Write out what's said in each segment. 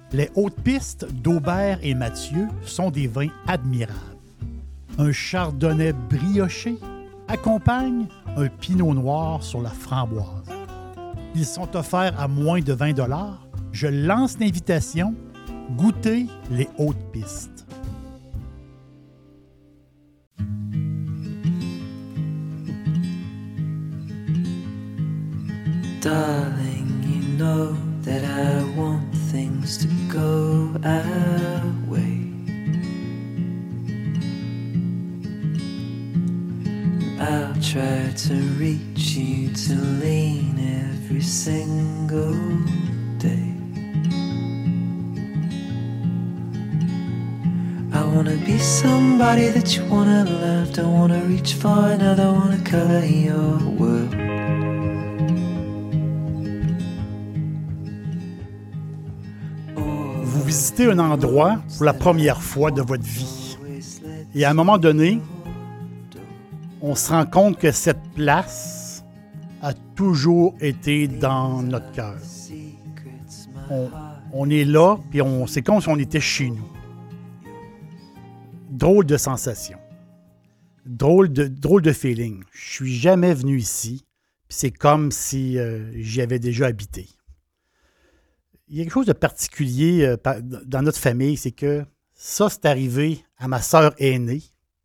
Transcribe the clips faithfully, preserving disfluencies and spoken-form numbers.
Les hautes pistes d'Aubert et Mathieu sont des vins admirables. Un chardonnay brioché accompagne un pinot noir sur la framboise. Ils sont offerts à moins de vingt dollars. Je lance l'invitation. Goûtez les hautes pistes. Darling, you know that I want things to go our way. I'll try to reach you, to lean every single day. I wanna be somebody that you wanna love. Don't wanna reach for another, wanna color your world. Vous visitez un endroit pour la première fois de votre vie. Et à un moment donné, on se rend compte que cette place a toujours été dans notre cœur. On, on est là, puis on, c'est comme si on était chez nous. Drôle de sensation. Drôle de, drôle de feeling. Je suis jamais venu ici, puis c'est comme si euh, j'y avais déjà habité. Il y a quelque chose de particulier euh, dans notre famille, c'est que ça, c'est arrivé à ma sœur aînée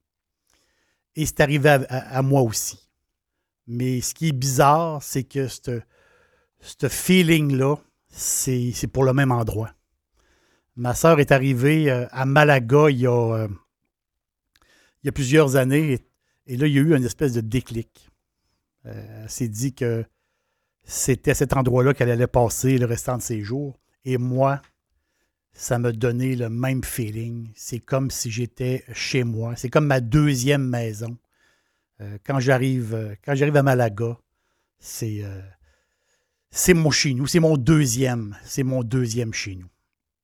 et c'est arrivé à, à, à moi aussi. Mais ce qui est bizarre, c'est que ce feeling-là, c'est, c'est pour le même endroit. Ma sœur est arrivée euh, à Malaga il y, a, euh, il y a plusieurs années et, et là, il y a eu une espèce de déclic. Euh, elle s'est dit que c'était à cet endroit-là qu'elle allait passer le restant de ses jours. Et moi, ça m'a donné le même feeling. C'est comme si j'étais chez moi. C'est comme ma deuxième maison. Euh, quand j'arrive, euh, quand j'arrive à Malaga, c'est, euh, c'est mon chez nous. C'est mon deuxième. C'est mon deuxième chez nous.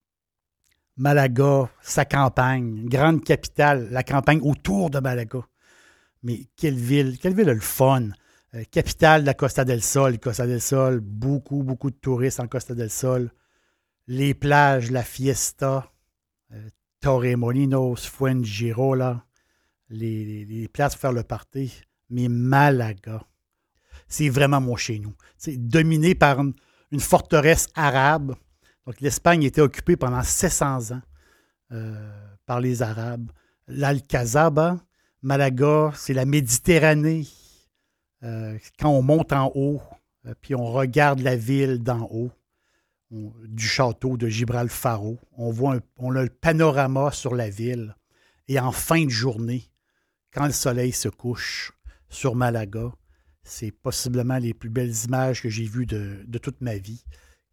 Malaga, sa campagne, grande capitale, la campagne autour de Malaga. Mais quelle ville, quelle ville a le fun. Euh, capitale de la Costa del Sol. Costa del Sol, beaucoup, beaucoup de touristes en Costa del Sol. Les plages, la fiesta, euh, Torremolinos, Fuengirola, les, les, les places pour faire le party. Mais Malaga, c'est vraiment mon chez nous. C'est dominé par une, une forteresse arabe. Donc, l'Espagne était occupée pendant sept cents ans euh, par les Arabes. L'Alcazaba, Malaga, c'est la Méditerranée. Euh, quand on monte en haut, euh, puis on regarde la ville d'en haut, on, du château de Gibralfaro, on voit un, on a le panorama sur la ville. Et en fin de journée, quand le soleil se couche sur Malaga, c'est possiblement les plus belles images que j'ai vues de, de toute ma vie.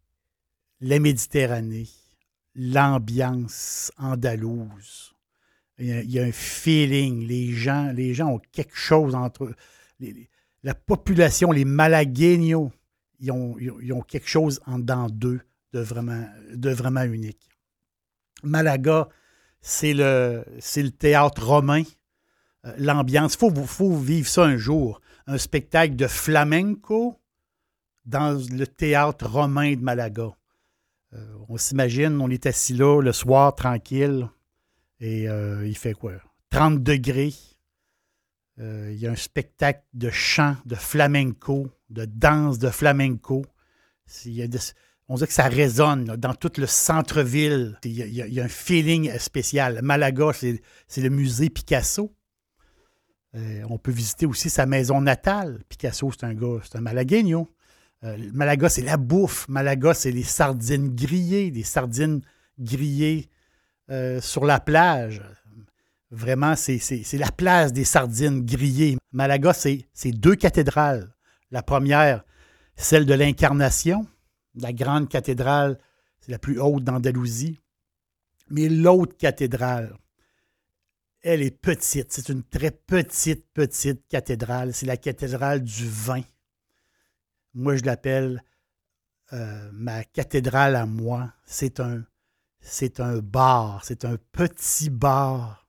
La Méditerranée, l'ambiance andalouse. Il y a, il y a un feeling. Les gens, les gens ont quelque chose entre eux. Les, les, La population, les Malagueños, ils ont, ils ont quelque chose en dedans d'eux de vraiment, de vraiment unique. Malaga, c'est le, c'est le théâtre romain. Euh, l'ambiance, il faut, faut vivre ça un jour. Un spectacle de flamenco dans le théâtre romain de Malaga. Euh, on s'imagine, on est assis là le soir, tranquille, et euh, il fait quoi? trente degrés. Euh, il y a un spectacle de chant, de flamenco, de danse de flamenco. Il y a de, on dirait que ça résonne là, dans tout le centre-ville. Il y, a, il, y a, il y a un feeling spécial. Malaga, c'est, c'est le musée Picasso. Euh, on peut visiter aussi sa maison natale. Picasso, c'est un gars, c'est un Malagueño. Euh, Malaga, c'est la bouffe. Malaga, c'est les sardines grillées, des sardines grillées euh, sur la plage. Vraiment, c'est, c'est, c'est la place des sardines grillées. Malaga, c'est, c'est deux cathédrales. La première, celle de l'Incarnation. La grande cathédrale, c'est la plus haute d'Andalousie. Mais l'autre cathédrale, elle est petite. C'est une très petite, petite cathédrale. C'est la cathédrale du vin. Moi, je l'appelle euh, ma cathédrale à moi. C'est un, c'est un bar. C'est un petit bar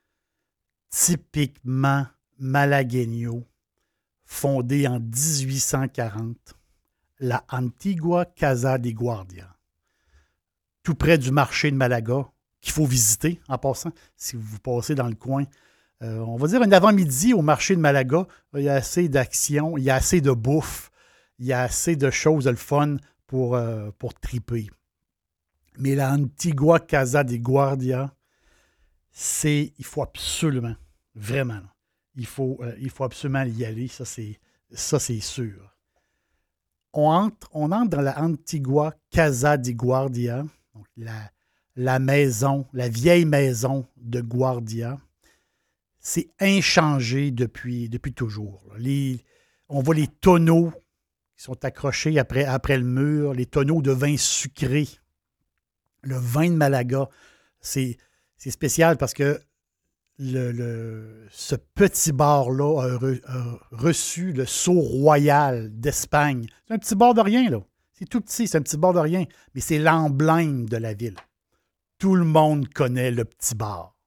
typiquement malagueño, fondé en dix-huit cent quarante, la Antigua Casa de Guardia. tout près du marché de Malaga, qu'il faut visiter en passant, si vous passez dans le coin. Euh, on va dire un avant-midi au marché de Malaga, il y a assez d'action, il y a assez de bouffe, il y a assez de choses, de le fun pour, euh, pour triper. Mais la Antigua Casa de Guardia, c'est, il faut absolument, vraiment, il faut, euh, il faut absolument y aller, ça c'est, ça c'est sûr. On entre, on entre dans la Antigua Casa de Guardia, donc la, la maison, la vieille maison de Guardia. C'est inchangé depuis, depuis toujours. Les, on voit les tonneaux qui sont accrochés après, après le mur, les tonneaux de vin sucré. Le vin de Malaga, c'est, c'est spécial parce que le, le, ce petit bar-là a, re, a reçu le sceau royal d'Espagne. C'est un petit bar de rien, là. C'est tout petit, c'est un petit bar de rien, mais c'est l'emblème de la ville. Tout le monde connaît le petit bar.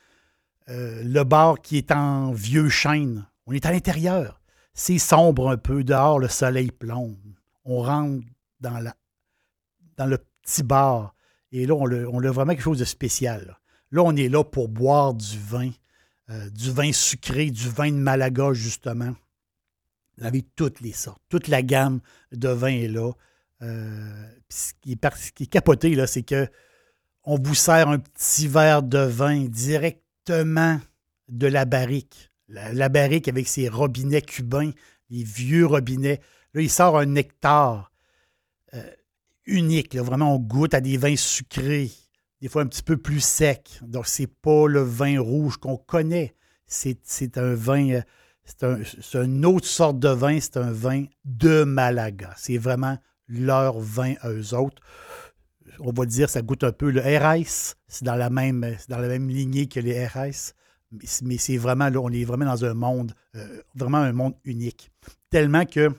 Euh, le bar qui est en vieux chêne. On est à l'intérieur. C'est sombre un peu. Dehors, le soleil plombe. On rentre dans, la, dans le petit bar. Et là, on, le, on a vraiment quelque chose de spécial. Là, là on est là pour boire du vin. Euh, du vin sucré, du vin de Malaga, justement. Vous avez toutes les sortes. Toute la gamme de vins est là. Euh, ce, qui est, ce qui est capoté, là, c'est que on vous sert un petit verre de vin directement de la barrique. La, la barrique avec ses robinets cubains, les vieux robinets. Là, il sort un nectar euh, unique. Là. Vraiment, on goûte à des vins sucrés, des fois un petit peu plus secs. Donc, c'est pas le vin rouge qu'on connaît. C'est, c'est un vin, c'est, un, c'est une autre sorte de vin. C'est un vin de Malaga. C'est vraiment leur vin à eux autres. On va dire, ça goûte un peu le R S. C'est dans la même, c'est dans la même lignée que les R S. Mais, mais c'est vraiment, là, on est vraiment dans un monde, euh, vraiment un monde unique. Tellement que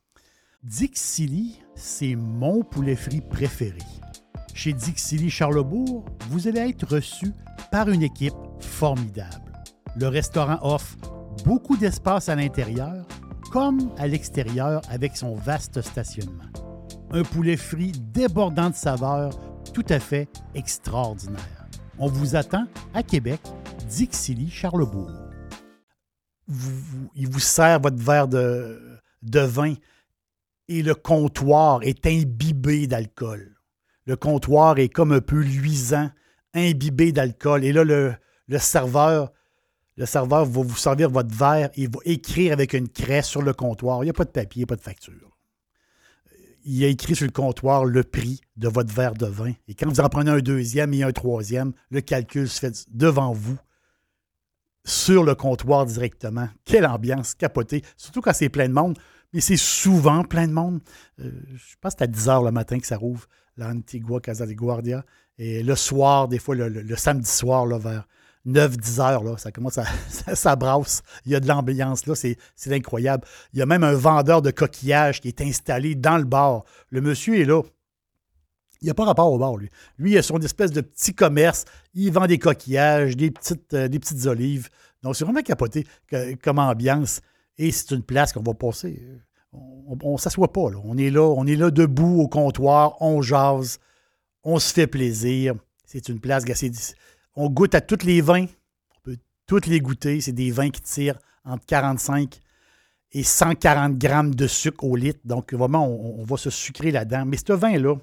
Dixili, c'est mon poulet frit préféré. Chez Dixili Charlebourg, vous allez être reçu par une équipe formidable. Le restaurant offre beaucoup d'espace à l'intérieur, comme à l'extérieur avec son vaste stationnement. Un poulet frit débordant de saveurs, tout à fait extraordinaire. On vous attend à Québec, Dixili, Charlebourg. Vous, vous, il vous sert votre verre de, de vin et le comptoir est imbibé d'alcool. Le comptoir est comme un peu luisant, imbibé d'alcool. Et là, le, le serveur, le serveur va vous servir votre verre et va écrire avec une craie sur le comptoir. Il n'y a pas de papier, il n'y a pas de facture. Il a écrit sur le comptoir le prix de votre verre de vin. Et quand vous en prenez un deuxième et un troisième, le calcul se fait devant vous, sur le comptoir directement. Quelle ambiance capotée, surtout quand c'est plein de monde. Mais c'est souvent plein de monde. Euh, je pense que c'est à dix heures le matin que ça rouvre, l'Antigua Casa de Guardia. Et le soir, des fois, le, le, le samedi soir, là, vers neuf dix heures, là, ça commence à ça, ça brasse. Il y a de l'ambiance là, c'est, c'est incroyable. Il y a même un vendeur de coquillages qui est installé dans le bar. Le monsieur est là. Il n'a pas rapport au bar, lui. Lui, il a son espèce de petit commerce. Il vend des coquillages, des petites, euh, des petites olives. Donc, c'est vraiment capoté que, comme ambiance. Et c'est une place qu'on va passer. On ne s'assoit pas, là. On est là, on est là debout au comptoir, on jase, on se fait plaisir. C'est une place, c'est, on goûte à tous les vins. On peut tous les goûter. C'est des vins qui tirent entre quarante-cinq et cent quarante grammes de sucre au litre. Donc, vraiment, on, on va se sucrer là-dedans. Mais ce vin-là,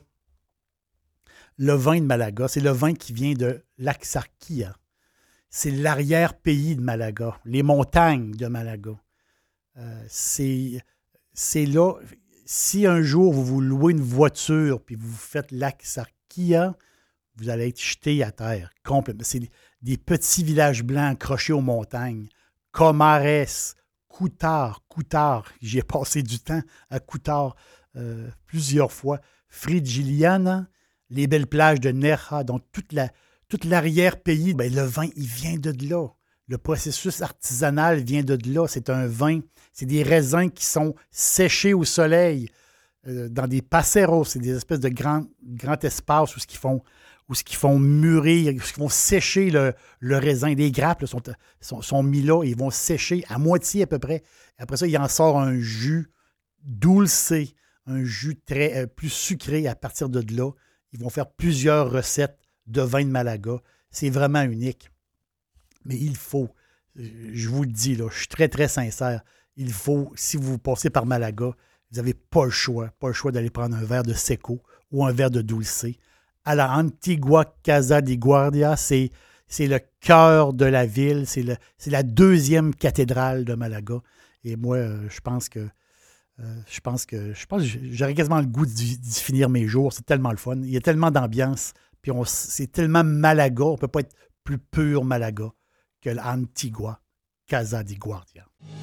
le vin de Malaga, c'est le vin qui vient de l'Axarquía. C'est l'arrière-pays de Malaga, les montagnes de Malaga. Euh, c'est, c'est là, si un jour vous vous louez une voiture puis vous faites l'Axarquía, vous allez être jeté à terre complètement. C'est des petits villages blancs accrochés aux montagnes. Comares, Coutard, Coutard, j'ai passé du temps à Coutard euh, plusieurs fois. Frigiliana, les belles plages de Nerja, donc toute la, toute l'arrière-pays, ben, le vin, il vient de là. Le processus artisanal vient de là. C'est un vin, c'est des raisins qui sont séchés au soleil euh, dans des passeros. C'est des espèces de grands, grands espaces où ce qu'ils font, où ce qu'ils font mûrir, où ce qu'ils vont sécher le, le raisin. Les grappes là, sont, sont, sont mis là, ils vont sécher à moitié à peu près. Après ça, il en sort un jus dulcé, un jus très euh, plus sucré à partir de là. Ils vont faire plusieurs recettes de vin de Malaga. C'est vraiment unique. Mais il faut, je vous le dis, là, je suis très, très sincère, il faut, si vous passez par Malaga, vous n'avez pas le choix, pas le choix d'aller prendre un verre de Seco ou un verre de Dulce. À la Antigua Casa di Guardia, c'est, c'est le cœur de la ville, c'est, le, c'est la deuxième cathédrale de Malaga. Et moi, euh, je pense que euh, je pense que je pense que j'aurais quasiment le goût d'y, d'y finir mes jours. C'est tellement le fun. Il y a tellement d'ambiance, puis on, c'est tellement Malaga, on ne peut pas être plus pur Malaga que l'Antigua Casa di Guardia.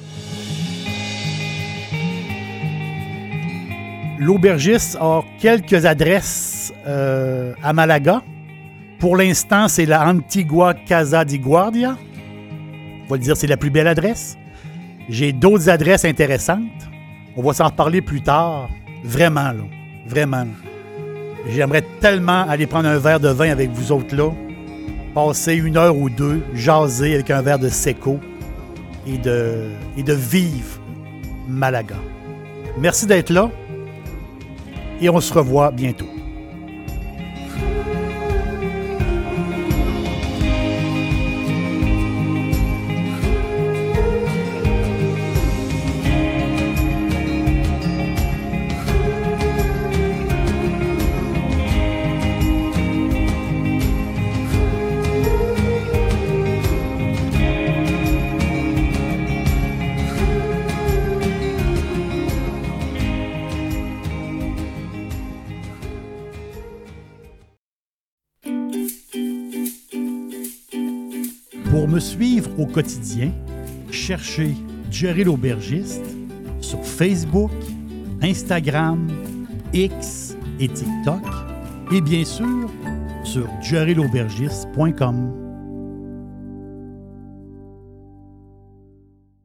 L'aubergiste a quelques adresses euh, à Malaga. Pour l'instant, c'est la Antigua Casa di Guardia. On va le dire, c'est la plus belle adresse. J'ai d'autres adresses intéressantes. On va s'en reparler plus tard. Vraiment, là. Vraiment. J'aimerais tellement aller prendre un verre de vin avec vous autres, là. Passer une heure ou deux, jaser avec un verre de Seco et de, et de vivre Malaga. Merci d'être là et on se revoit bientôt. Pour me suivre au quotidien, cherchez Jerry l'Aubergiste sur Facebook, Instagram, X et TikTok et bien sûr sur jerry l'aubergiste point com.